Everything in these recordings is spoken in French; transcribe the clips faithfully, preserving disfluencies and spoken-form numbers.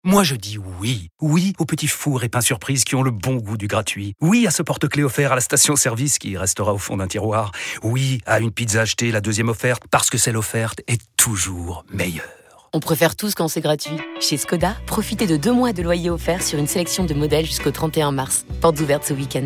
Moi je dis oui, oui aux petits fours et pains surprises qui ont le bon goût du gratuit. Oui à ce porte-clés offert à la station-service qui restera au fond d'un tiroir. Oui à une pizza achetée, la deuxième offerte, parce que celle offerte est toujours meilleure. On préfère tous quand c'est gratuit. Chez Skoda, profitez de deux mois de loyer offert sur une sélection de modèles jusqu'au trente et un mars. Portes ouvertes ce week-end.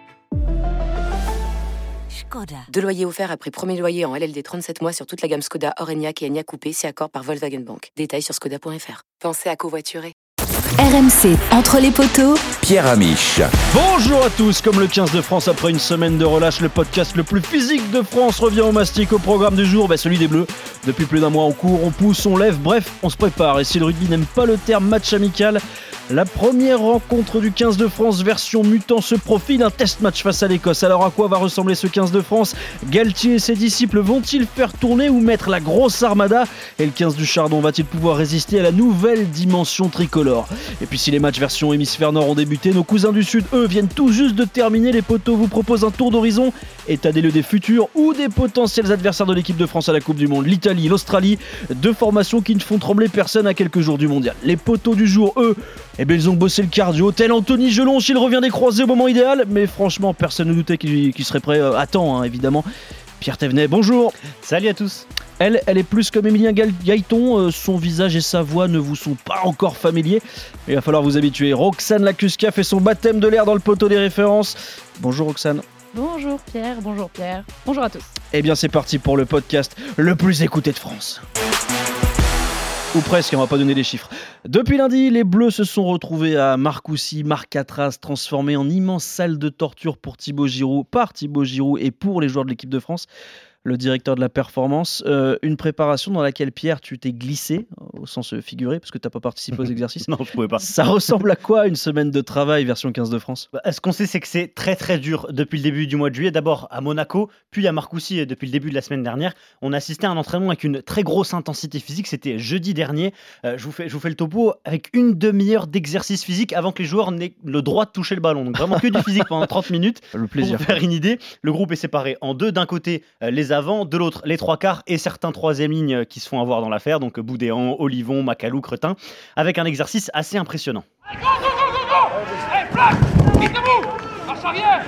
Skoda. Deux loyers offerts après premier loyer en L L D trente-sept mois sur toute la gamme Skoda, Orenia et Enyaq Coupé, si accord par Volkswagen Bank. Détails sur skoda point f r. Pensez à covoiturer. R M C, entre les poteaux, Pierre Amiche. Bonjour à tous, comme le quinze de France après une semaine de relâche, le podcast le plus physique de France revient au mastic. Au programme du jour, bah celui des Bleus. Depuis plus d'un mois on court, on pousse, on lève, bref, on se prépare. Et si le rugby n'aime pas le terme match amical, la première rencontre du quinze de France version mutant se profile, un test match face à l'Écosse. Alors à quoi va ressembler ce quinze de France ? Galtier et ses disciples vont-ils faire tourner ou mettre la grosse armada ? Et le quinze du Chardon va-t-il pouvoir résister à la nouvelle dimension tricolore ? Et puis si les matchs version hémisphère nord ont débuté, nos cousins du sud, eux, viennent tout juste de terminer. Les poteaux vous proposent un tour d'horizon, état des lieux des futurs ou des potentiels adversaires de l'équipe de France à la Coupe du Monde. L'Italie, l'Australie, deux formations qui ne font trembler personne à quelques jours du mondial. Les poteaux du jour, eux, eh bien, ils ont bossé le cardio, tel Anthony Gelonche, il revient des croisés au moment idéal, mais franchement, personne ne doutait qu'il, qu'il serait prêt euh, à temps, hein, évidemment. Pierre Thévenet, bonjour. Salut à tous. Elle, elle est plus comme Émilien Gailleton, euh, son visage et sa voix ne vous sont pas encore familiers. Il va falloir vous habituer. Roxane Lacusca fait son baptême de l'air dans le poteau des références. Bonjour Roxane. Bonjour Pierre, bonjour Pierre, bonjour à tous. Eh bien c'est parti pour le podcast le plus écouté de France. Ou presque, on va pas donner les chiffres. Depuis lundi, les Bleus se sont retrouvés à Marcoussis, Marcatraz, transformés en immense salle de torture pour Thibaut Giroud, par Thibaut Giroud et pour les joueurs de l'équipe de France. Le directeur de la performance, euh, une préparation dans laquelle, Pierre, tu t'es glissé, au sens figuré, parce que tu n'as pas participé aux exercices. Non, je pouvais pas. Ça ressemble à quoi une semaine de travail version quinze de France ? Bah, ce qu'on sait, c'est que c'est très très dur depuis le début du mois de juillet. D'abord à Monaco, puis à Marcoussis depuis le début de la semaine dernière. On a assisté à un entraînement avec une très grosse intensité physique. C'était jeudi dernier. Euh, je, vous fais, je vous fais le topo avec une demi-heure d'exercice physique avant que les joueurs n'aient le droit de toucher le ballon. Donc vraiment que du physique pendant trente minutes. Le plaisir. Pour vous faire une idée, le groupe est séparé en deux. D'un côté, euh, les avants, de l'autre, les trois quarts et certains troisième lignes qui se font avoir dans l'affaire, donc Boudéan, Olivon, Macalou, Cretin, avec un exercice assez impressionnant. Allez, go, go, go, go, go. Allez, plaque, vite debout, marche arrière.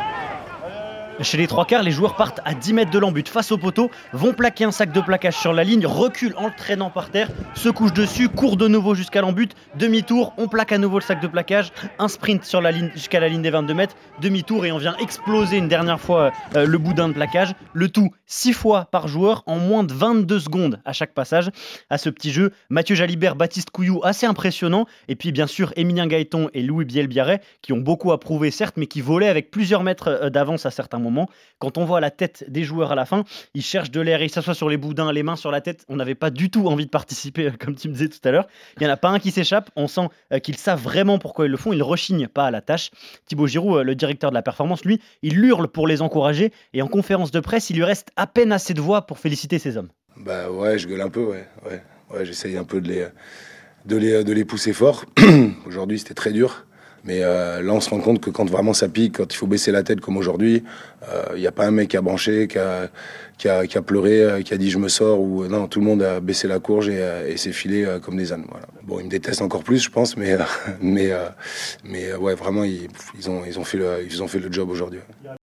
Chez les trois quarts, les joueurs partent à dix mètres de l'embut face au poteau, vont plaquer un sac de plaquage sur la ligne, reculent en le traînant par terre, se couchent dessus, courent de nouveau jusqu'à l'embut, demi-tour, on plaque à nouveau le sac de plaquage, un sprint sur la ligne jusqu'à la ligne des vingt-deux mètres, demi-tour et on vient exploser une dernière fois euh, le boudin de plaquage, le tout six fois par joueur en moins de vingt-deux secondes à chaque passage. À ce petit jeu, Mathieu Jalibert, Baptiste Couillou, assez impressionnant, et puis bien sûr Émilien Gailleton et Louis Biel-Biarret qui ont beaucoup approuvé certes, mais qui volaient avec plusieurs mètres d'avance à certains moments. Quand on voit la tête des joueurs à la fin, ils cherchent de l'air, ils s'assoient sur les boudins, les mains sur la tête. On n'avait pas du tout envie de participer, comme tu me disais tout à l'heure. Il n'y en a pas un qui s'échappe. On sent qu'ils savent vraiment pourquoi ils le font. Ils ne rechignent pas à la tâche. Thibaut Giroud, le directeur de la performance, lui, il hurle pour les encourager. Et en conférence de presse, il lui reste à peine assez de voix pour féliciter ces hommes. Bah ouais, je gueule un peu, ouais. ouais. ouais j'essaye un peu de les, de les, de les pousser fort. Aujourd'hui, c'était très dur. Mais euh, là, on se rend compte que quand vraiment ça pique, quand il faut baisser la tête comme aujourd'hui, il euh, n'y a pas un mec qui a branché, qui a, qui a, qui a pleuré, qui a dit je me sors. Ou non, tout le monde a baissé la courge et, et s'est filé euh, comme des ânes. Voilà. Bon, ils me détestent encore plus, je pense, mais, euh, mais, euh, mais ouais, vraiment, ils, ils, ont, ils, ont fait le, ils ont fait le job aujourd'hui.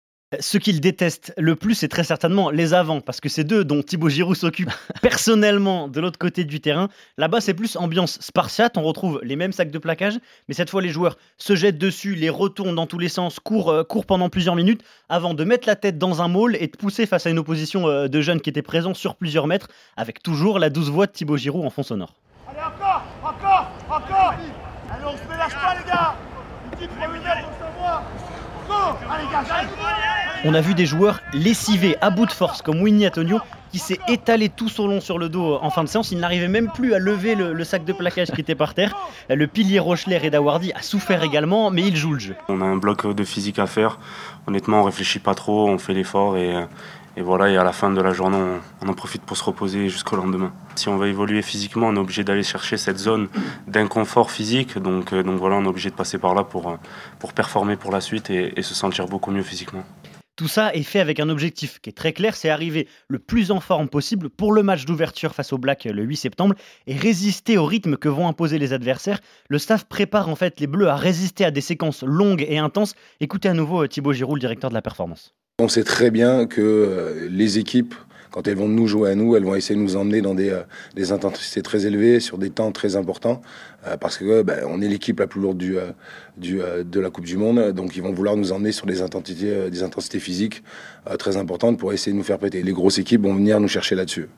Ce qu'ils détestent le plus, c'est très certainement les avants, parce que c'est d'eux dont Thibaut Giroud s'occupe personnellement de l'autre côté du terrain. Là-bas, c'est plus ambiance spartiate, on retrouve les mêmes sacs de plaquage, mais cette fois, les joueurs se jettent dessus, les retournent dans tous les sens, courent, euh, courent pendant plusieurs minutes, avant de mettre la tête dans un maul et de pousser face à une opposition euh, de jeunes qui étaient présents sur plusieurs mètres, avec toujours la douce voix de Thibaut Giroud en fond sonore. Allez, encore, encore, encore. Allez, on se mélange pas, les gars. Une petite promenade, on s'envoie. Allez, gars, allez. On a vu des joueurs lessivés à bout de force, comme Winnie Antonio, qui s'est étalé tout son long sur le dos en fin de séance. Il n'arrivait même plus à lever le, le sac de plaquage qui était par terre. Le pilier Rochelet, Reda Wardi, a souffert également, mais il joue le jeu. On a un bloc de physique à faire. Honnêtement, on réfléchit pas trop, on fait l'effort et, et voilà. Et à la fin de la journée, on, on en profite pour se reposer jusqu'au lendemain. Si on veut évoluer physiquement, on est obligé d'aller chercher cette zone d'inconfort physique. Donc, donc voilà, on est obligé de passer par là pour, pour performer pour la suite et, et se sentir beaucoup mieux physiquement. Tout ça est fait avec un objectif qui est très clair, c'est arriver le plus en forme possible pour le match d'ouverture face aux Blacks le huit septembre et résister au rythme que vont imposer les adversaires. Le staff prépare en fait les Bleus à résister à des séquences longues et intenses. Écoutez à nouveau Thibaut Giroud, le directeur de la performance. On sait très bien que euh, les équipes, quand elles vont nous jouer à nous, elles vont essayer de nous emmener dans des, euh, des intensités très élevées, sur des temps très importants, euh, parce que bah, on est l'équipe la plus lourde du, euh, du, euh, de la Coupe du Monde, donc ils vont vouloir nous emmener sur des intensités, euh, des intensités physiques euh, très importantes pour essayer de nous faire péter. Les grosses équipes vont venir nous chercher là-dessus.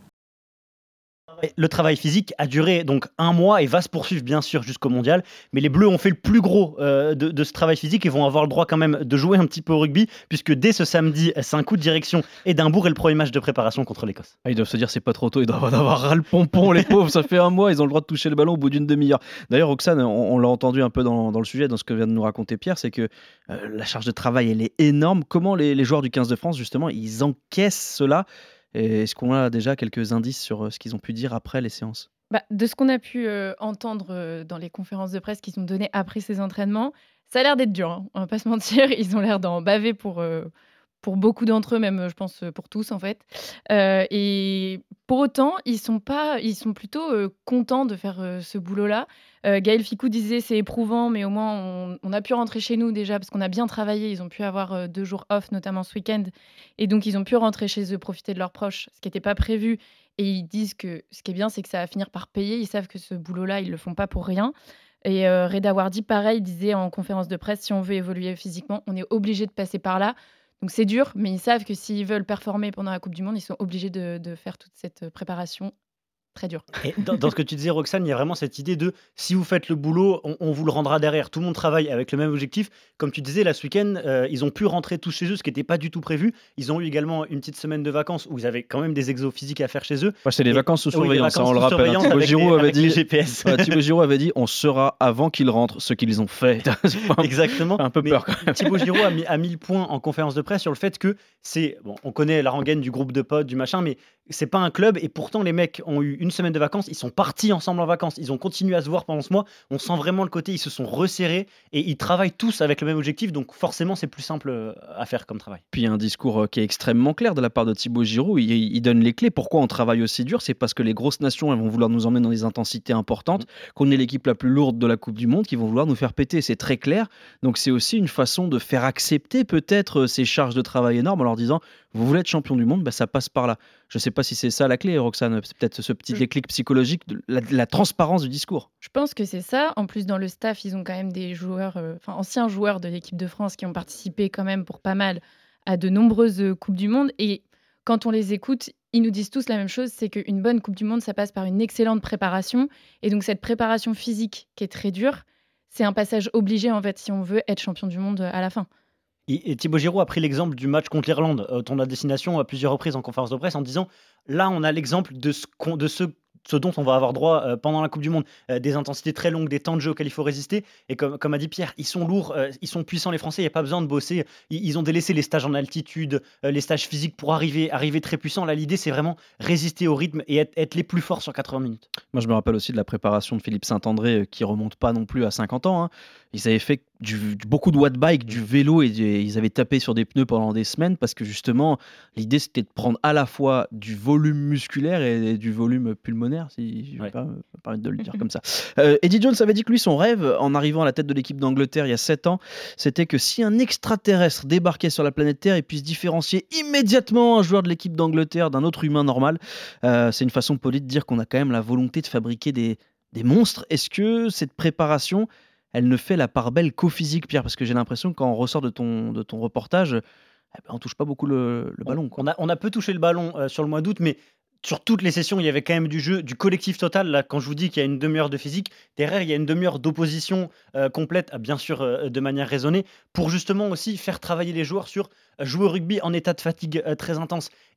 Le travail physique a duré donc un mois et va se poursuivre bien sûr jusqu'au mondial. Mais les Bleus ont fait le plus gros euh, de, de ce travail physique et vont avoir le droit quand même de jouer un petit peu au rugby, puisque dès ce samedi, c'est un coup de direction Édimbourg et le premier match de préparation contre l'Écosse. Ah, ils doivent se dire c'est pas trop tôt, ils doivent avoir ras le pompon, les pauvres. Ça fait un mois, ils ont le droit de toucher le ballon au bout d'une demi-heure. D'ailleurs, Roxane, on, on l'a entendu un peu dans, dans le sujet, dans ce que vient de nous raconter Pierre, c'est que euh, la charge de travail, elle est énorme. Comment les, les joueurs du quinze de France, justement, ils encaissent cela? Et est-ce qu'on a déjà quelques indices sur ce qu'ils ont pu dire après les séances? Bah, de ce qu'on a pu euh, entendre euh, dans les conférences de presse qu'ils ont données après ces entraînements, ça a l'air d'être dur, hein. On va pas se mentir, ils ont l'air d'en baver pour, euh, pour beaucoup d'entre eux, même je pense pour tous en fait. Euh, et pour autant, ils sont, pas, ils sont plutôt euh, contents de faire euh, ce boulot-là. Euh, Gaël Ficou disait c'est éprouvant, mais au moins on, on a pu rentrer chez nous déjà parce qu'on a bien travaillé. Ils ont pu avoir euh, deux jours off, notamment ce week-end. Et donc ils ont pu rentrer chez eux, profiter de leurs proches, ce qui n'était pas prévu. Et ils disent que ce qui est bien, c'est que ça va finir par payer. Ils savent que ce boulot-là, ils ne le font pas pour rien. Et euh, Reda Wardi, pareil, disait en conférence de presse, si on veut évoluer physiquement, on est obligé de passer par là. Donc c'est dur, mais ils savent que s'ils veulent performer pendant la Coupe du Monde, ils sont obligés de, de faire toute cette préparation très dure. Et dans, dans ce que tu disais, Roxane, il y a vraiment cette idée de si vous faites le boulot, on, on vous le rendra derrière. Tout le monde travaille avec le même objectif. Comme tu disais, là, ce week-end, euh, ils ont pu rentrer tous chez eux, ce qui n'était pas du tout prévu. Ils ont eu également une petite semaine de vacances où ils avaient quand même des exos physiques à faire chez eux. Ouais, c'est les Et- vacances sous oui, les surveillance, vacances hein, on le sous rappelle. surveillance Thibaut avec Giroud les- avait avec les dit, G P S. Ouais, Thibaut Giroud avait dit on saura avant qu'ils rentrent ce qu'ils ont fait. C'est pas un- Exactement. un peu Mais peur quand même. Thibaut Giroud a mis, a mis le point en conférence de presse sur le fait que c'est. Bon, on connaît la rengaine du groupe de potes, du machin, mais c'est pas un club. Et pourtant, les mecs ont eu une semaine de vacances. Ils sont partis ensemble en vacances. Ils ont continué à se voir pendant ce mois. On sent vraiment le côté. Ils se sont resserrés et ils travaillent tous avec le même objectif. Donc, forcément, c'est plus simple euh, à faire comme travail. Puis il y a un discours euh, qui est extrêmement clair de la part de Thibaut Giroud. Il, il donne les clés. Pourquoi on travaille aussi dur? C'est parce que les grosses nations elles vont vouloir nous emmener dans des intensités importantes, qu'on est l'équipe la plus lourde de la Coupe du Monde, qui vont vouloir nous faire péter. C'est très clair. Donc c'est aussi une façon de faire accepter peut-être euh, ces charges de travail énormes en leur disant vous voulez être champion du monde, bah, ça passe par là. Je ne sais pas si c'est ça la clé, Roxane. C'est peut-être ce petit Je- déclic psychologique, de la, la transparence du discours. Je pense que c'est ça. En plus, dans le staff, ils ont quand même des joueurs, euh, enfin anciens joueurs de l'équipe de France qui ont participé quand même pour pas mal à de nombreuses euh, Coupes du Monde. Et quand on les écoute, ils nous disent tous la même chose, c'est qu'une bonne Coupe du Monde, ça passe par une excellente préparation. Et donc cette préparation physique qui est très dure, c'est un passage obligé en fait si on veut être champion du monde à la fin. Et, et Thibaut Giroud a pris l'exemple du match contre l'Irlande, euh, tournoi de destination à plusieurs reprises en conférence de presse, en disant là, on a l'exemple de ce, qu'on- de ce, ce dont on va avoir droit euh, pendant la Coupe du Monde, Euh, des intensités très longues, des temps de jeu auxquels il faut résister. Et comme, comme a dit Pierre, ils sont lourds, euh, ils sont puissants les Français, il n'y a pas besoin de bosser. Ils, ils ont délaissé les stages en altitude, euh, les stages physiques pour arriver, arriver très puissants. Là, l'idée, c'est vraiment résister au rythme et être, être les plus forts sur quatre-vingts minutes. Moi, je me rappelle aussi de la préparation de Philippe Saint-André euh, qui remonte pas non plus à cinquante ans. hein. Ils avaient fait du, du- beaucoup de watt bike, du vélo et, du- ils avaient tapé sur des pneus pendant des semaines parce que justement, l'idée c'était de prendre à la fois du volume musculaire et, du volume pulmonaire, si je ne Ouais. vais pas me permettre de le dire comme ça. Euh, Eddie Jones avait dit que lui, son rêve en arrivant à la tête de l'équipe d'Angleterre il y a sept ans, c'était que si un extraterrestre débarquait sur la planète Terre, il puisse différencier immédiatement un joueur de l'équipe d'Angleterre d'un autre humain normal. Euh, c'est une façon polie de dire qu'on a quand même la volonté de fabriquer des, des monstres. Est-ce que cette préparation, elle ne fait la part belle qu'au physique, Pierre? Parce que j'ai l'impression que quand on ressort de ton, de ton reportage, eh ben, on touche pas beaucoup le, le ballon. Quoi. On a, on a peu touché le ballon euh, sur le mois d'août, mais sur toutes les sessions, il y avait quand même du jeu, du collectif total. Là, quand je vous dis qu'il y a une demi-heure de physique, derrière, il y a une demi-heure d'opposition euh, complète, ah, bien sûr euh, de manière raisonnée, pour justement aussi faire travailler les joueurs sur euh, jouer au rugby en état de fatigue euh, très intense. Et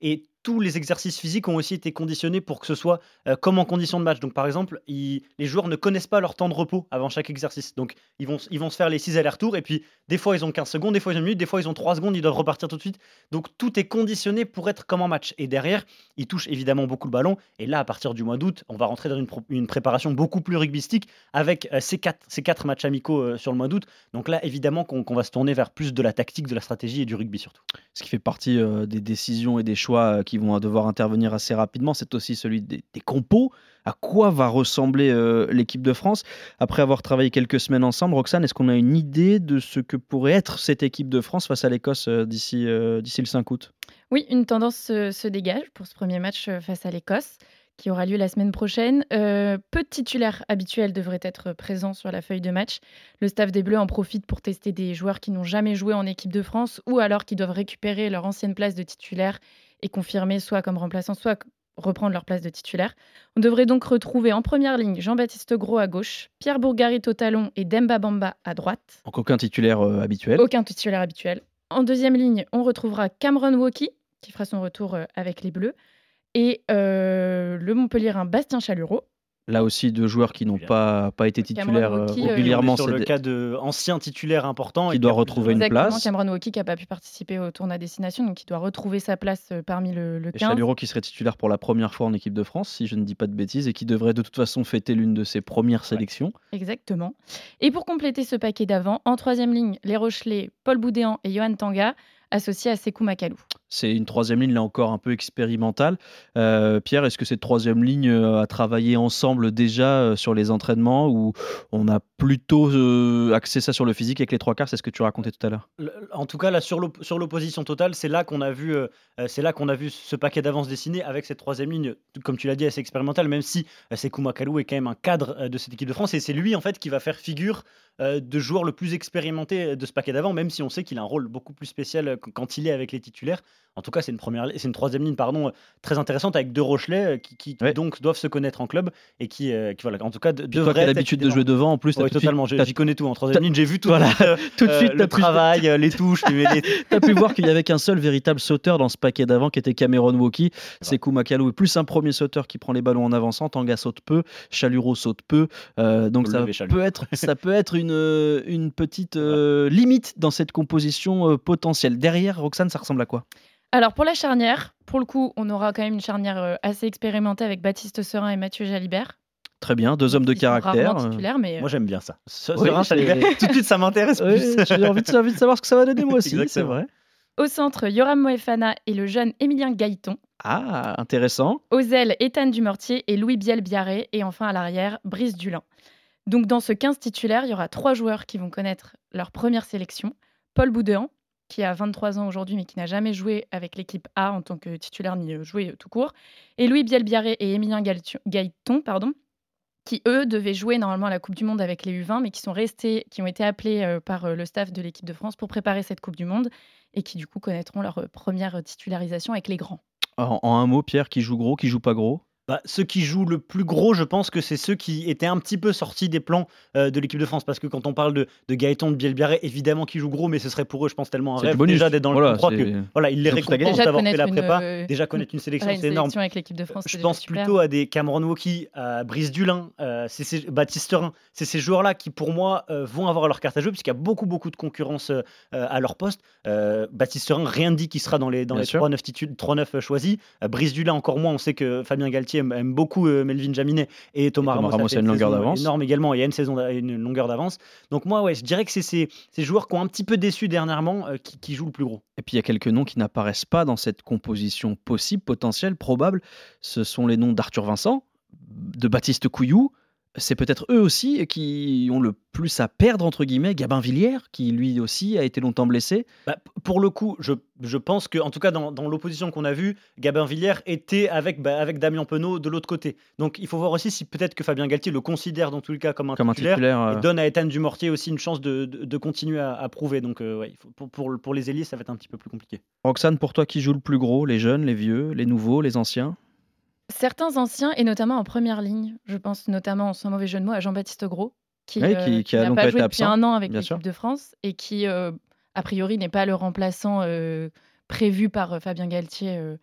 tous les exercices physiques ont aussi été conditionnés pour que ce soit euh, comme en condition de match. Donc par exemple, ils- les joueurs ne connaissent pas leur temps de repos avant chaque exercice. Donc ils vont, ils vont se faire les six allers-retours et puis des fois ils ont quinze secondes, des fois ils ont une minute, des fois ils ont trois secondes, ils doivent repartir tout de suite. Donc tout est conditionné pour être comme en match. Et derrière, ils touchent évidemment beaucoup le ballon. Et là, à partir du mois d'août, on va rentrer dans une, pro- une préparation beaucoup plus rugbystique avec euh, ces, quatre, ces quatre matchs amicaux euh, sur le mois d'août. Donc là, évidemment qu'on qu'on va se tourner vers plus de la tactique, de la stratégie et du rugby surtout. Ce qui fait partie euh, des décisions et des choix euh, qui vont devoir intervenir assez rapidement, c'est aussi celui des, des compos. À quoi va ressembler euh, l'équipe de France? Après avoir travaillé quelques semaines ensemble, Roxane, est-ce qu'on a une idée de ce que pourrait être cette équipe de France face à l'Écosse euh, d'ici euh, d'ici le cinq août? Oui, une tendance se, se dégage pour ce premier match euh, face à l'Écosse, qui aura lieu la semaine prochaine. Euh, peu de titulaires habituels devraient être présents sur la feuille de match. Le staff des Bleus en profite pour tester des joueurs qui n'ont jamais joué en équipe de France ou alors qui doivent récupérer leur ancienne place de titulaire et confirmer soit comme remplaçant, soit reprendre leur place de titulaire. On devrait donc retrouver en première ligne Jean-Baptiste Gros à gauche, Pierre Bourgarit au talon et Demba Bamba à droite. Donc aucun titulaire euh, habituel. Aucun titulaire habituel. En deuxième ligne, on retrouvera Cameron Woki, qui fera son retour euh, avec les Bleus, et euh, le Montpellierin Bastien Chalureau. Là aussi, deux joueurs qui n'ont pas, pas été titulaires Cameron euh, Woki, euh, régulièrement. Sur c'est le des- cas d'anciens titulaires importants. Qui et doit a plus de- retrouver une Exactement, place. Cameron Woki qui n'a pas pu participer au tournoi Destination, donc qui doit retrouver sa place euh, parmi le, le Et quinze. Chalureau qui serait titulaire pour la première fois en équipe de France, si je ne dis pas de bêtises, et qui devrait de toute façon fêter l'une de ses premières sélections. Exactement. Et pour compléter ce paquet d'avant, en troisième ligne, les Rochelais, Paul Boudéan et Johan Tanga, associés à Sekou Makalou. C'est une troisième ligne, là encore, un peu expérimentale. Euh, Pierre, est-ce que cette troisième ligne euh, a travaillé ensemble déjà euh, sur les entraînements ou on a plutôt euh, axé ça sur le physique avec les trois quarts? C'est ce que tu racontais tout à l'heure. Le- En tout cas, là, sur l'op- sur l'opposition totale, c'est là qu'on a vu, euh, euh, c'est là qu'on a vu ce paquet d'avance dessiné avec cette troisième ligne, t- comme tu l'as dit, assez expérimentale, même si euh, Sekou Makalou est quand même un cadre euh, de cette équipe de France et c'est lui en fait qui va faire figure euh, de joueur le plus expérimenté de ce paquet d'avant, même si on sait qu'il a un rôle beaucoup plus spécial euh, quand il est avec les titulaires. En tout cas, c'est une première, c'est une troisième ligne, pardon, euh, très intéressante avec deux Rochelais euh, qui, qui- qui Ouais. donc doivent se connaître en club et qui, euh, qui, voilà, en tout cas, de- Puis toi qui devraient as être l'habitude de devant. jouer devant, en plus, t'as Ouais, tout de suite- totalement. J'ai- t'as- J'y connais tout en troisième t'as- ligne. J'ai vu tout. Voilà. euh, tout de euh, suite, le t'as pu- travail, euh, les touches, les, les- T'as pu voir qu'il n'y avait qu'un seul véritable sauteur dans ce paquet d'avant qui était Cameron Woki. Sekou Makalou est plus un premier sauteur qui prend les ballons en avançant. Tanga saute peu, Chalureau saute peu. Euh, donc Faut ça lever Chalureau. peut, être, ça peut être une, euh, une petite euh, limite dans cette composition euh, potentielle. Derrière, Roxane, ça ressemble à quoi? Alors pour la charnière, pour le coup, on aura quand même une charnière euh, assez expérimentée avec Baptiste Serin et Mathieu Jalibert. Très bien, deux hommes de Ils sont caractère. rarement titulaires, mais euh, Moi, j'aime bien ça. Ce, Oui, Serein, c'est- Chalibert, tout de suite, ça m'intéresse Ouais, plus. j'ai envie de, j'ai envie de savoir ce que ça va donner moi aussi, c'est Exactement. vrai. au centre, Yoram Moefana et le jeune Émilien Gailleton. Ah, intéressant. Aux ailes, Étienne Dumortier et Louis Biel-Biarré. Et enfin à l'arrière, Brice Dulin. Donc dans ce quinze titulaire, il y aura trois joueurs qui vont connaître leur première sélection. Paul Boudéan, qui a vingt-trois ans aujourd'hui, mais qui n'a jamais joué avec l'équipe A en tant que titulaire, ni euh, joué euh, tout court. Et Louis Biel-Biarré et Émilien Gailleton- Gailleton, pardon, qui eux devaient jouer normalement à la Coupe du Monde avec les U vingt, mais qui sont restés, qui ont été appelés euh, par euh, le staff de l'équipe de France pour préparer cette Coupe du Monde et qui du coup connaîtront leur euh, première titularisation avec les grands. En, en un mot, Pierre, qui joue gros, qui joue pas gros? Bah, ceux qui jouent le plus gros, je pense que c'est ceux qui étaient un petit peu sortis des plans euh, de l'équipe de France. Parce que quand on parle de, de Gaëtan, de Biel-Biarré, évidemment qu'ils jouent gros, mais ce serait pour eux, je pense, tellement un C'est rêve du bonus. déjà d'être dans Voilà, le top trois c'est- que voilà, ils les Ils ont tout à gagner. récompensent Déjà d'avoir fait la connaître prépa. une, euh, Déjà connaître une sélection, Voilà, une c'est énorme. sélection avec l'équipe de France. Je c'est pense déjà super. plutôt à des Cameron Woki, à Brice Dulin, euh, c'est ces- Baptiste Serin. C'est ces joueurs-là qui, pour moi, euh, vont avoir leur carte à jouer, puisqu'il y a beaucoup, beaucoup de concurrence euh, à leur poste. Euh, Baptiste Serin, rien ne dit qu'il sera dans les, dans Bien les sûr. trois neuf titu- trois neuf choisis. Euh, Brice Dulin, encore moins. On sait que Fabien Galtier aime, aime beaucoup euh, Melvin Jaminet et Thomas, Et Thomas Ramos, a Ramos fait a une longueur saison d'avance. énorme également. Il y a une saison, d'a- une longueur d'avance. Donc moi, ouais, je dirais que c'est ces, ces joueurs qui ont un petit peu déçu dernièrement euh, qui, qui jouent le plus gros. Et puis il y a quelques noms qui n'apparaissent pas dans cette composition possible, potentielle, probable. Ce sont les noms d'Arthur Vincent, de Baptiste Couillou. C'est peut-être eux aussi qui ont le plus à perdre, entre guillemets. Gabin Villiers, qui lui aussi a été longtemps blessé. Bah, p- pour le coup, je, je pense que, en tout cas, dans, dans l'opposition qu'on a vue, Gabin Villiers était avec, bah, avec Damien Penaud de l'autre côté. Donc il faut voir aussi si peut-être que Fabien Galtier le considère dans tous les cas comme un Comme un titulaire. titulaire. euh, Et donne à Étienne Dumortier aussi une chance de, de, de continuer à, à prouver. Donc, euh, ouais, il faut- pour, pour, pour les ailiers, ça va être un petit peu plus compliqué. Roxane, pour toi, qui joue le plus gros? Les jeunes, les vieux, les nouveaux, les anciens? Certains anciens, et notamment en première ligne, je pense notamment, sans mauvais jeu de mots, à Jean-Baptiste Gros, qui, Oui, euh, qui- qui a n'a longtemps pas été joué depuis absent, un an avec bien l'équipe sûr. de France et qui, euh, a priori, n'est pas le remplaçant euh, prévu par euh, Fabien Galtier euh,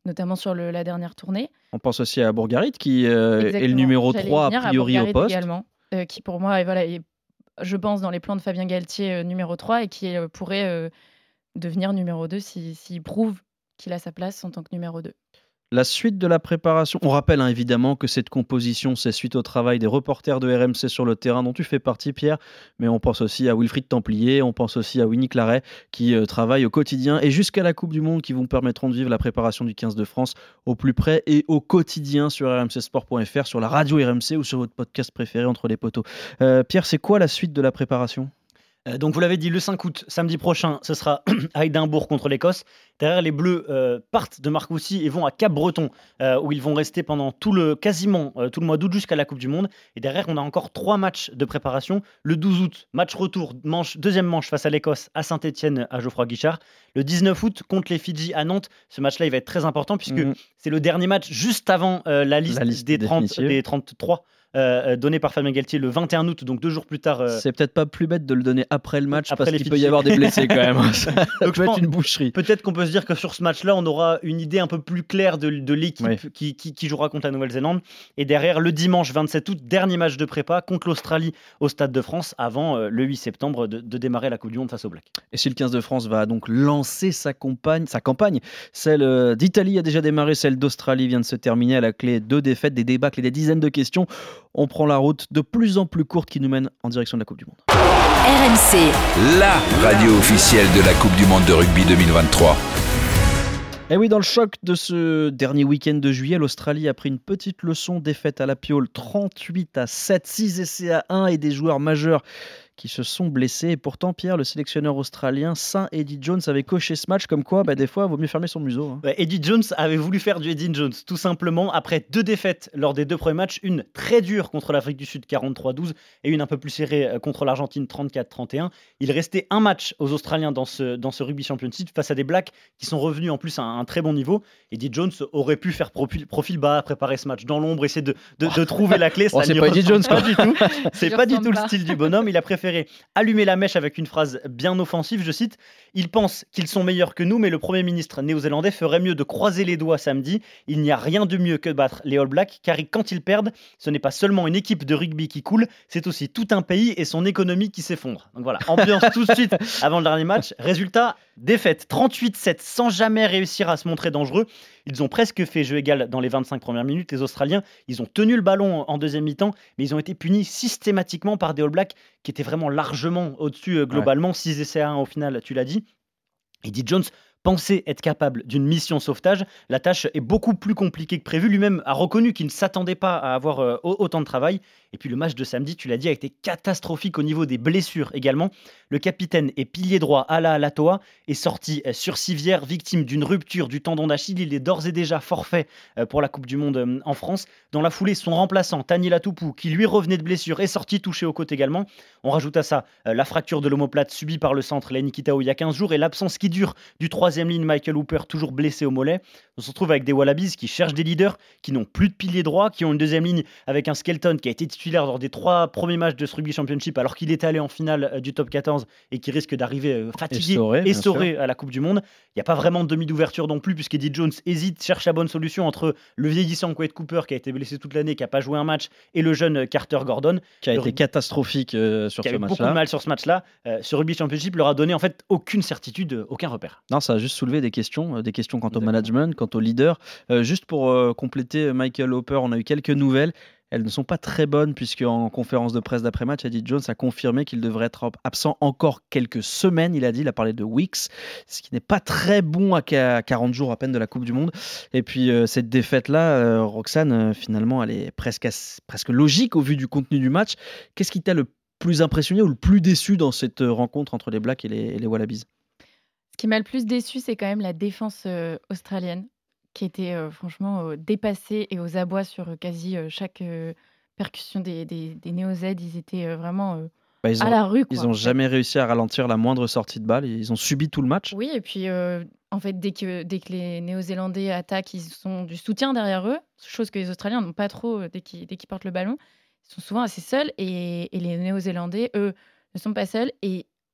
notamment sur le, la dernière tournée. On pense aussi à Bourgarit, qui euh, est le numéro J'allais trois, venir a priori, à au poste. également, euh, qui pour moi, et voilà, est, je pense, dans les plans de Fabien Galtier, euh, numéro trois, et qui euh, pourrait euh, devenir numéro deux s'il si, si prouve qu'il a sa place en tant que numéro deux. La suite de la préparation, on rappelle hein, évidemment que cette composition, c'est suite au travail des reporters de R M C sur le terrain dont tu fais partie, Pierre, mais on pense aussi à Wilfried Templier, on pense aussi à Winnie Claret qui euh, travaillent au quotidien et jusqu'à la Coupe du Monde qui vous permettront de vivre la préparation du quinze de France au plus près et au quotidien sur r m c sport point f r, sur la radio R M C ou sur votre podcast préféré Entre les poteaux. Euh, Pierre, c'est quoi la suite de la préparation ? Euh, donc vous l'avez dit, le cinq août, samedi prochain, ce sera à Édimbourg contre l'Écosse. Derrière, les Bleus euh, partent de Marcoussis et vont à Cap-Breton, euh, où ils vont rester pendant tout le, quasiment euh, tout le mois d'août jusqu'à la Coupe du Monde. Et derrière, on a encore trois matchs de préparation. Le douze août, match retour, manche, deuxième manche face à l'Écosse à Saint-Étienne à Geoffroy Guichard. Le dix-neuf août, contre les Fidji à Nantes. Ce match-là, il va être très important puisque mmh. c'est le dernier match juste avant euh, la, liste la liste des, trente, des trente-trois. Euh, donné par Fabien Galtier le vingt et un août, donc deux jours plus tard. Euh... C'est peut-être pas plus bête de le donner après le match après parce qu'il peut y avoir des blessés quand même. Ça donc peut être une boucherie. Peut-être qu'on peut se dire que sur ce match-là, on aura une idée un peu plus claire de, de l'équipe oui. qui, qui, qui jouera contre la Nouvelle-Zélande. Et derrière, le dimanche vingt-sept août, dernier match de prépa contre l'Australie au Stade de France avant euh, le huit septembre de, de démarrer la Coupe du Monde face aux Blacks. Et si le quinze de France va donc lancer sa campagne, sa campagne, celle d'Italie a déjà démarré, celle d'Australie vient de se terminer à la clé deux défaites, des débâcles et des dizaines de questions. On prend la route de plus en plus courte qui nous mène en direction de la Coupe du Monde. R M C, la radio officielle de la Coupe du Monde de rugby deux mille vingt-trois. Et oui, dans le choc de ce dernier week-end de juillet, l'Australie a pris une petite leçon, défaite à la Piole trente-huit à sept, six essais à un et des joueurs majeurs qui se sont blessés. Et pourtant, Pierre, le sélectionneur australien Saint Eddie Jones avait coché ce match comme quoi, bah, des fois, il vaut mieux fermer son museau. Hein. Ouais, Eddie Jones avait voulu faire du Eddie Jones, tout simplement, après deux défaites lors des deux premiers matchs, une très dure contre l'Afrique du Sud quarante-trois douze et une un peu plus serrée contre l'Argentine trente-quatre trente et un. Il restait un match aux Australiens dans ce, dans ce Rugby Championship face à des Blacks qui sont revenus en plus à un, un très bon niveau. Eddie Jones aurait pu faire profil, profil bas, préparer ce match dans l'ombre, essayer de, de, de trouver la clé. Ça oh, c'est pas Eddie Jones, pas du tout. C'est Je pas du tout pas. le style du bonhomme. Il a préféré allumer la mèche avec une phrase bien offensive, je cite: « Ils pensent qu'ils sont meilleurs que nous, mais le Premier ministre néo-zélandais ferait mieux de croiser les doigts samedi. Il n'y a rien de mieux que de battre les All Blacks, car quand ils perdent, ce n'est pas seulement une équipe de rugby qui coule, c'est aussi tout un pays et son économie qui s'effondre. » Donc voilà, ambiance tout de suite avant le dernier match. Résultat, défaite trente-huit sept sans jamais réussir à se montrer dangereux. Ils ont presque fait jeu égal dans les vingt-cinq premières minutes. Les Australiens, ils ont tenu le ballon en deuxième mi-temps, mais ils ont été punis systématiquement par des All Blacks qui étaient vraiment largement au-dessus euh, globalement. Ouais. six essais à un au final, tu l'as dit. Eddie Jones pensait être capable d'une mission sauvetage. La tâche est beaucoup plus compliquée que prévu. Lui-même a reconnu qu'il ne s'attendait pas à avoir euh, autant de travail. Et puis le match de samedi, tu l'as dit, a été catastrophique au niveau des blessures également. Le capitaine et pilier droit Ala Alatoa est sorti sur civière, victime d'une rupture du tendon d'Achille. Il est d'ores et déjà forfait pour la Coupe du Monde en France. Dans la foulée, son remplaçant, Tani Latupu, qui lui revenait de blessure, est sorti touché aux côtes également. On rajoute à ça la fracture de l'omoplate subie par le centre Lenny Kitao il y a quinze jours et l'absence qui dure du troisième ligne Michael Hooper, toujours blessé au mollet. On se retrouve avec des Wallabies qui cherchent des leaders, qui n'ont plus de pilier droit, qui ont une deuxième ligne avec un Skelton qui a été titulaire lors des trois premiers matchs de ce Rugby Championship alors qu'il est allé en finale du top quatorze et qui risque d'arriver fatigué, essoré à la Coupe du Monde. Il n'y a pas vraiment de demi d'ouverture non plus puisqu'Eddie Jones hésite, cherche la bonne solution entre le vieillissant Quade Cooper qui a été blessé toute l'année, qui n'a pas joué un match, et le jeune Carter Gordon qui a le... été catastrophique euh, sur qui ce a eu match-là. beaucoup de mal sur ce match-là. Euh, ce Rugby Championship leur a donné en fait aucune certitude, aucun repère. Non, ça a juste soulevé des questions, des questions quant Exactement. au management, quant au leader. Euh, juste pour euh, compléter Michael Hooper, on a eu quelques nouvelles. Elles ne sont pas très bonnes puisque en conférence de presse d'après-match, Eddie Jones a confirmé qu'il devrait être absent encore quelques semaines. Il a dit, il a parlé de weeks, ce qui n'est pas très bon à quarante jours à peine de la Coupe du Monde. Et puis euh, cette défaite-là, euh, Roxane, euh, finalement, elle est presque, presque logique au vu du contenu du match. Qu'est-ce qui t'a le plus impressionné ou le plus déçu dans cette rencontre entre les Blacks et les, et les Wallabies ? Ce qui m'a le plus déçu, c'est quand même la défense euh, australienne, qui était euh, franchement euh, dépassée et aux abois sur euh, quasi euh, chaque euh, percussion des, des, des Néo-Z. Ils étaient euh, vraiment euh, bah, ils à ont, la rue. Quoi, ils n'ont jamais réussi à ralentir la moindre sortie de balle. Ils ont subi tout le match. Oui, et puis euh, en fait, dès que, dès que les Néo-Zélandais attaquent, ils ont du soutien derrière eux, chose que les Australiens n'ont pas trop euh, dès, qu'ils, dès qu'ils portent le ballon. Ils sont souvent assez seuls et, et les Néo-Zélandais, eux, ne sont pas seuls. Et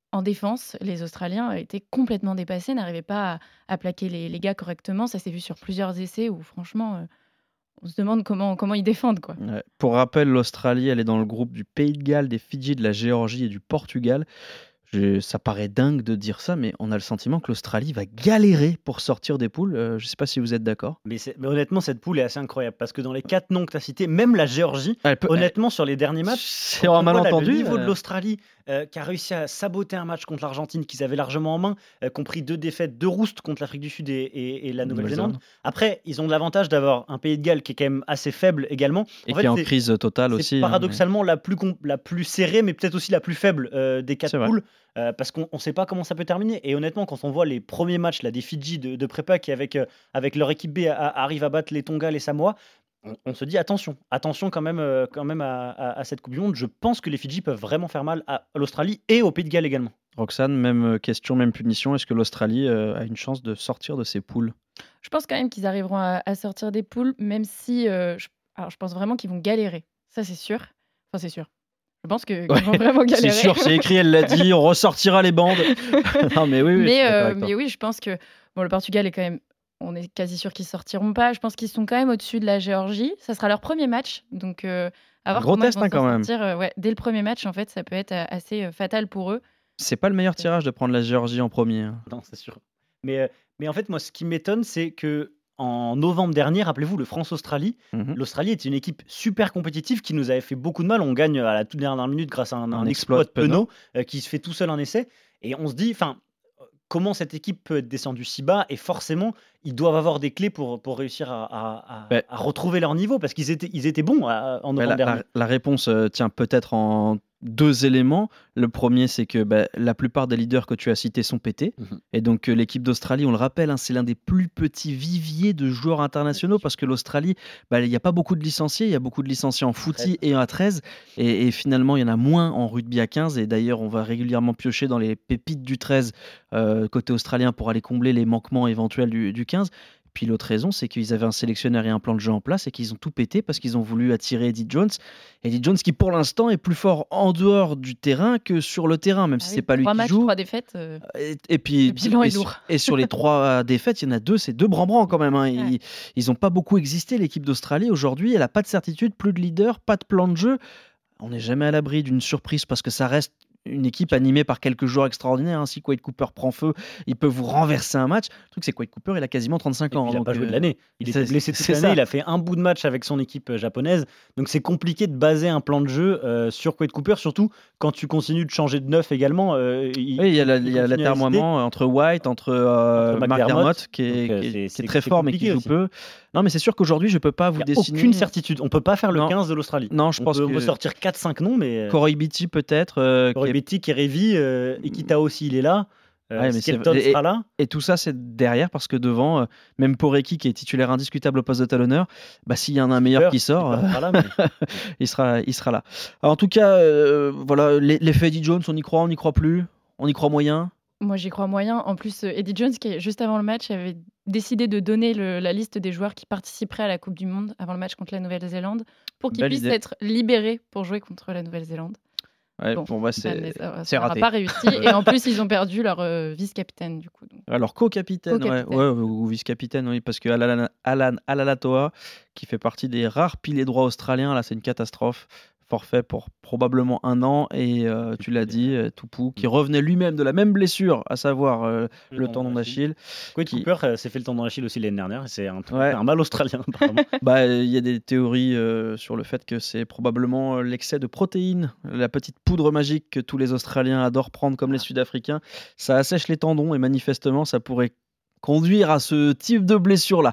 en défense, les Australiens étaient complètement dépassés, n'arrivaient pas à, à plaquer les, les gars correctement. Ça s'est vu sur plusieurs essais où, franchement, euh, on se demande comment, comment ils défendent, quoi. Ouais. Pour rappel, l'Australie, elle est dans le groupe du Pays de Galles, des Fidji, de la Géorgie et du Portugal. Je- ça paraît dingue de dire ça, mais on a le sentiment que l'Australie va galérer pour sortir des poules. Euh, je ne sais pas si vous êtes d'accord. Mais, c'est- mais honnêtement, cette poule est assez incroyable parce que dans les quatre noms que tu as cités, même la Géorgie, Elle peut- honnêtement, sur les derniers matchs, C'est quand un on voit là, malentendu. le niveau de euh, l'Australie euh, qui a réussi à saboter un match contre l'Argentine qu'ils avaient largement en main, euh, qui ont pris deux défaites, deux roustes contre l'Afrique du Sud et, et- et la Nouvelle-Zélande. Nouvelle-Zélande. Après, ils ont l'avantage d'avoir un Pays de Galles qui est quand même assez faible également. Et En qui fait, est en c'est- crise totale c'est aussi. hein, paradoxalement la plus, com- la plus serrée, mais peut-être aussi la plus faible euh, des quatre C'est vrai. poules, euh, parce qu'on ne sait pas comment ça peut terminer. Et honnêtement, quand on voit les premiers matchs là, des Fidji de, de prépa qui, avec, euh, avec leur équipe B, a- a- arrivent à battre les Tonga, les Samoa, on, on se dit attention, attention quand même, euh, quand même à, à- à cette Coupe du Monde. Je pense que les Fidji peuvent vraiment faire mal à, à l'Australie et au Pays de Galles également. mais Roxane, même euh, question, même punition. Est-ce que l'Australie euh, a une chance de sortir de ses poules? Je pense quand même qu'ils arriveront à, à sortir des poules, même si. euh, je, alors, je pense vraiment qu'ils vont galérer. Ça, c'est sûr. Enfin, c'est sûr. Je pense que- qu'ils Ouais, vont vraiment c'est galérer. sûr, c'est écrit, elle l'a dit, on ressortira les bandes. non, mais oui, oui, je suis Mais, d'accord euh, avec toi. mais oui, je pense que bon, le Portugal est quand même. On est quasi sûr qu'ils sortiront pas. Je pense qu'ils sont quand même au-dessus de la Géorgie. Ça sera leur premier match. Donc, euh, à voir Gros comment ils test, vont hein, s'en quand même. sortir. Euh, ouais, dès le premier match, en fait, ça peut être euh, assez euh, fatal pour eux. C'est pas le meilleur tirage de prendre la Géorgie en premier. hein. Non, c'est sûr. Mais, euh, mais en fait, moi, ce qui m'étonne, c'est que en novembre dernier, rappelez-vous, le France-Australie, Mhm. l'Australie était une équipe super compétitive qui nous avait fait beaucoup de mal. On gagne à la toute dernière minute grâce à un, Un un exploit exploit de de Penaud. Penaud euh, qui se fait tout seul en essai. Et on se dit, enfin, comment cette équipe peut être descendue si bas? Et forcément, ils doivent avoir des clés pour, pour réussir à, à- à- Ouais. à retrouver leur niveau parce qu'ils étaient, ils étaient bons à- en Bah, novembre la, dernier. la- la réponse euh, tient peut-être en deux éléments. Le premier, c'est que bah, la plupart des leaders que tu as cités sont pétés. Mhm. Et donc, euh, l'équipe d'Australie, on le rappelle, hein, c'est l'un des plus petits viviers de joueurs internationaux parce que l'Australie, bah, il n'y a pas beaucoup de licenciés. Il y a beaucoup de licenciés en footy et en treize. Et, et finalement, il y en a moins en rugby à quinze. Et d'ailleurs, on va régulièrement piocher dans les pépites du treize euh, côté australien pour aller combler les manquements éventuels du, du quinze. Puis l'autre raison, c'est qu'ils avaient un sélectionneur et un plan de jeu en place et qu'ils ont tout pété parce qu'ils ont voulu attirer Eddie Jones. Eddie Jones qui, pour l'instant, est plus fort en dehors du terrain que sur le terrain, même Ah si oui, c'est pas lui trois qui matchs, joue. trois défaites. euh, Et, et puis, Le bilan et est sur- lourd. et sur les trois défaites, il y en a deux, c'est deux bran-bran quand même. hein. Ils Ouais. ils ont pas beaucoup existé, l'équipe d'Australie. Aujourd'hui, elle a pas de certitude, plus de leader, pas de plan de jeu. On n'est jamais à l'abri d'une surprise parce que ça reste une équipe animée par quelques joueurs extraordinaires. hein. Si Quade Cooper prend feu, il peut vous renverser un match. Le truc, c'est que Quade Cooper, il a quasiment trente-cinq Et ans. puis, il n'a donc, pas joué euh, de l'année. Il était c'est- blessé toute c'est l'année. ça. Il a fait un bout de match avec son équipe euh, japonaise. Donc c'est compliqué de baser un plan de jeu euh, sur Quade Cooper, surtout quand tu continues de changer de neuf également. euh, il, Oui, il y a la- il il y a continue à hésiter. l'atermoiement entre White, entre, euh, Entre Mark McDermott. Dermott, qui est, Donc, euh, qui est- c'est- qui est c'est- très c'est fort mais qui compliqué joue aussi. peu. Non, mais c'est sûr qu'aujourd'hui, je peux pas vous Il n'y a dessiner. aucune certitude. On ne peut pas faire le Non. quinze de l'Australie. Non, je on pense peut, que- on peut sortir quatre cinq noms, mais Corey Beatty peut-être. euh, qui Corey est- Beatty, Kerevi, euh, Ikita aussi, il est là. Euh, Ouais, mais c'est- Skelton et- sera là. Et tout ça, c'est derrière parce que devant, euh, même Poreki, qui est titulaire indiscutable au poste de talonneur, bah, s'il y en a un meilleur Skipper, qui sort, Skipper euh, sera là, mais- il, sera, il sera là. Alors, en tout cas, euh, voilà, l'e- l'effet Eddie Jones, on y croit, on n'y croit plus, on y croit moyen. Moi, j'y crois moyen. En plus, euh, Eddie Jones, qui, juste avant le match, avait décidé de donner le- la liste des joueurs qui participeraient à la Coupe du Monde avant le match contre la Nouvelle-Zélande pour qu'ils Belle puissent idée. être libérés pour jouer contre la Nouvelle-Zélande. Ouais, Bon, bon, bah, Ça c'est n'est- ça- c'est ça n'aura raté. pas réussi. Et en plus, ils ont perdu leur euh, vice-capitaine, du coup. donc. Alors, co-capitaine, ouais, Co-capitaine. ouais, ou vice-capitaine, oui, parce que Alan, Alan Alalatoa, qui fait partie des rares piliers droits australiens, là, c'est une catastrophe. Forfait pour probablement un an. Et euh, tu l'as dit, euh, Tupou, qui revenait lui-même de la même blessure, à savoir euh, le, tendon d'Achille. Quade qui- Cooper euh, s'est fait le tendon d'Achille aussi l'année dernière. et C'est un, Ouais. un mal australien, apparemment. Bah, il y a des théories euh, sur le fait que c'est probablement euh, l'excès de protéines, la petite poudre magique que tous les Australiens adorent prendre comme les Sud-Africains. Ça assèche les tendons et manifestement, ça pourrait conduire à ce type de blessure-là.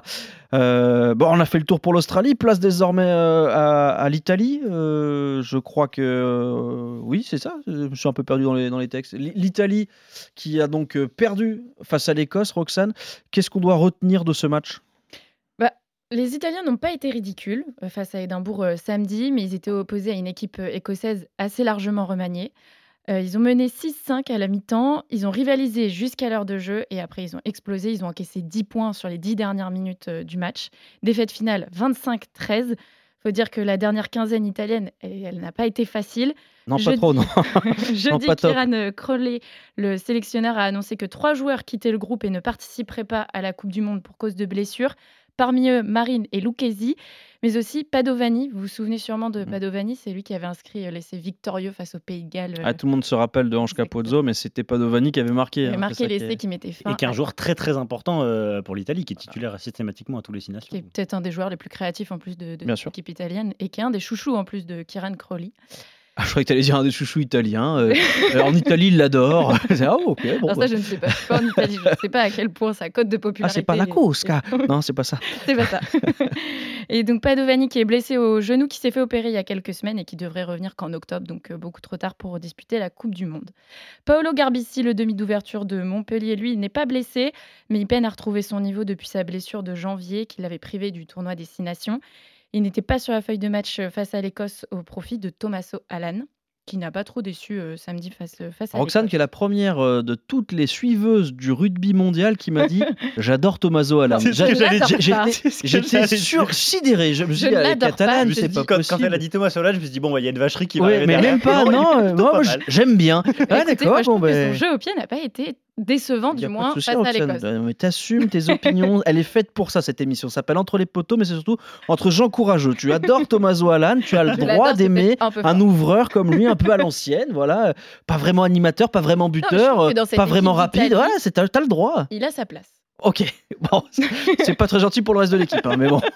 Euh, bon, on a fait le tour pour l'Australie, place désormais euh, à, à l'Italie. Euh, je crois que euh, oui, c'est ça. Je me suis un peu perdu dans les, dans les textes. L- L'Italie qui a donc euh, perdu face à l'Écosse, Roxane. Qu'est-ce qu'on doit retenir de ce match ? Bah, les Italiens n'ont pas été ridicules euh, face à Édimbourg euh, samedi, mais ils étaient opposés à une équipe euh, écossaise assez largement remaniée. Euh, ils ont mené six cinq à la mi-temps, ils ont rivalisé jusqu'à l'heure de jeu et après ils ont explosé, ils ont encaissé dix points sur les dix dernières minutes euh, du match. Défaite finale vingt-cinq treize. Il faut dire que la dernière quinzaine italienne, elle, elle n'a pas été facile. Non, pas Jeudi, trop, non. Jeudi, Non, pas top. Kieran Crowley, le sélectionneur, a annoncé que trois joueurs quittaient le groupe et ne participeraient pas à la Coupe du Monde pour cause de blessures. Parmi eux, Marine et Lucchesi, mais aussi Padovani. Vous vous souvenez sûrement de Padovani, c'est lui qui avait inscrit l'essai victorieux face au Pays de Galles. Ah, tout le monde se rappelle de Ange Capozzo, mais c'était Padovani qui avait marqué. Il avait hein, marqué c'est ça qui l'essai est- qui mettait fin. Et qui est un à- joueur très très important euh, pour l'Italie, qui est titulaire systématiquement à tous les Six Nations. qui est peut-être un des joueurs les plus créatifs en plus de, de Bien sûr. l'équipe italienne et qui est un des chouchous en plus de Kieran Crowley. Ah, je croyais que tu allais dire un des chouchous italiens. euh, euh, en Italie, il l'adore. C'est, ah, ok, bon. Alors bah. ça, je ne sais pas. Je suis pas en Italie, je ne sais pas à quel point sa cote de Ah, popularité. c'est pas la Cosca. Non, c'est pas ça. C'est pas ça. Et donc Padovani qui est blessé au genou, qui s'est fait opérer il y a quelques semaines et qui devrait revenir qu'en octobre, donc euh, beaucoup trop tard pour disputer la Coupe du Monde. Paolo Garbisi, le demi d'ouverture de Montpellier, lui, n'est pas blessé, mais il peine à retrouver son niveau depuis sa blessure de janvier qui l'avait privé du tournoi des Six Nations. Il n'était pas sur la feuille de match face à l'Écosse au profit de Tommaso Allan, qui n'a pas trop déçu euh, samedi face, face à Roxane, l'Écosse. qui est la première euh, de toutes les suiveuses du rugby mondial, qui m'a dit j'adore Tommaso Allan. C'est ce J'a- que j'allais dire. j'ai- pas. J'étais C'est ce que j'étais j'allais sûr, dire. sidéré. Je me suis Je dit, ne euh, l'adore pas, catalane, je c'est dis, pas Quand, quand possible. elle a dit Thomas Solal, je me suis dit, bon, bah, il y a une vacherie qui va Ouais, arriver mais derrière. même pas, il est non, euh, plutôt moi, pas je- mal. j'aime bien. Ah, Écoutez, moi, d'accord, je trouve bon, que ben. son jeu au pied n'a pas été décevant, Y du a pas de moins, souci, face à Roxane. l'Écosse. Euh, mais t'assumes tes opinions. Elle est faite pour ça, cette émission. Ça s'appelle Entre les poteaux, mais c'est surtout entre gens courageux. Tu adores Tommaso Allan, tu as le Je droit l'adore, c'est d'aimer peut-être un peu un fort. ouvreur comme lui, un peu à l'ancienne. Voilà, pas vraiment animateur, pas vraiment je buteur, trouve que dans cette pas vraiment équipe rapide. d'Italie- Voilà, c'est t'as t'as le droit. Il a sa place. Ok, bon, c'est- c'est pas très gentil pour le reste de l'équipe, hein, mais bon.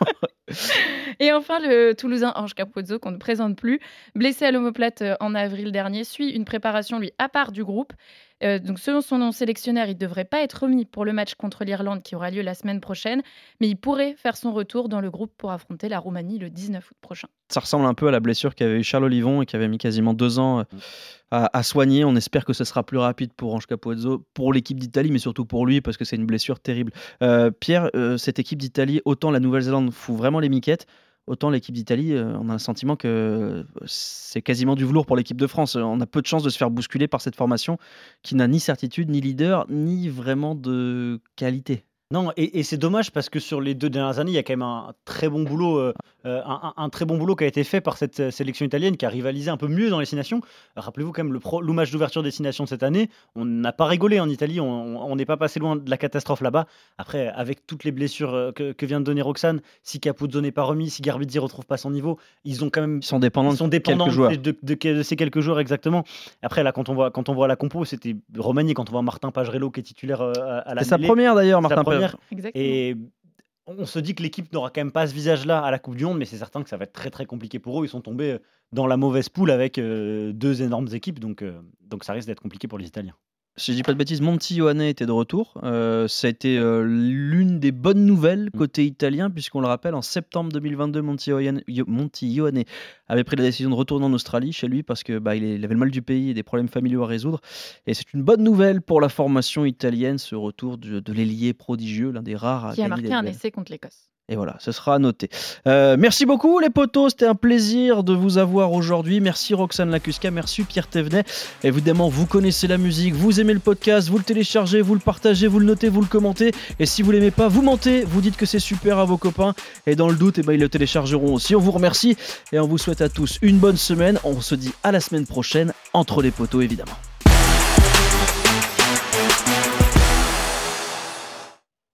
Et enfin, le Toulousain Ange Capozzo, qu'on ne présente plus, blessé à l'omoplate euh, en avril dernier, suit une préparation, lui, à part du groupe. Euh, donc, selon son nom sélectionneur, il ne devrait pas être remis pour le match contre l'Irlande qui aura lieu la semaine prochaine, mais il pourrait faire son retour dans le groupe pour affronter la Roumanie le dix-neuf août prochain. Ça ressemble un peu à la blessure qu'avait eu Charles Olivon et qui avait mis quasiment deux ans euh, à, à soigner. On espère que ce sera plus rapide pour Ange Capozzo, pour l'équipe d'Italie, mais surtout pour lui, parce que c'est une blessure terrible. Euh, Pierre, euh, cette équipe d'Italie, autant la Nouvelle-Zélande fout vraiment les miquettes, autant l'équipe d'Italie, euh, on a le sentiment que c'est quasiment du velours pour l'équipe de France. On a peu de chances de se faire bousculer par cette formation qui n'a ni certitude, ni leader, ni vraiment de qualité. Non, et, et c'est dommage parce que sur les deux dernières années, il y a quand même un très bon boulot, euh, euh, un, un- un très bon boulot qui a été fait par cette euh, sélection italienne qui a rivalisé un peu mieux dans les Six Nations. Rappelez-vous quand même le, pro, le match d'ouverture des Six Nations de cette année, on n'a pas rigolé en Italie, on on n'est pas passé loin de la catastrophe là-bas. Après, avec toutes les blessures euh, que, que vient de donner Roxane, si Capozzo n'est pas remis, si Garbisi retrouve pas son niveau, ils ont quand même Ils sont dépendants ils sont de dépendants quelques joueurs. de, de- de- de ces quelques joueurs exactement. Après là, quand on voit quand on voit la compo, c'était Romagné, quand on voit Martin Pagerello qui est titulaire euh, à, à la C'est sa mêlée. première d'ailleurs, C'est sa Martin première. Père. Exactement. Et on se dit que l'équipe n'aura quand même pas ce visage-là à la Coupe du Monde, mais c'est certain que ça va être très très compliqué pour eux. Ils sont tombés dans la mauvaise poule avec euh, deux énormes équipes, donc, euh, donc ça risque d'être compliqué pour les Italiens. Si je dis pas de bêtises, Monti Ioane était de retour. Euh, ça a été euh, l'une des bonnes nouvelles côté italien, puisqu'on le rappelle, en septembre deux mille vingt-deux, Monti Ioane, Io- Monti Ioane avait pris la décision de retourner en Australie chez lui parce que bah, il est- il avait le mal du pays et des problèmes familiaux à résoudre. Et c'est une bonne nouvelle pour la formation italienne, ce retour de, de l'ailier prodigieux, l'un des rares à Qui a gagner marqué des un duels. essai contre l'Écosse. Et voilà, ce sera à noter. Euh, merci beaucoup les potos, c'était un plaisir de vous avoir aujourd'hui. Merci Roxane Lacusca, merci Pierre Thévenet. Évidemment, vous connaissez la musique, vous aimez le podcast, vous le téléchargez, vous le partagez, vous le notez, vous le commentez. Et si vous l'aimez pas, vous mentez, vous dites que c'est super à vos copains. Et dans le doute, eh ben, ils le téléchargeront aussi. On vous remercie et on vous souhaite à tous une bonne semaine. On se dit à la semaine prochaine, entre les potos évidemment.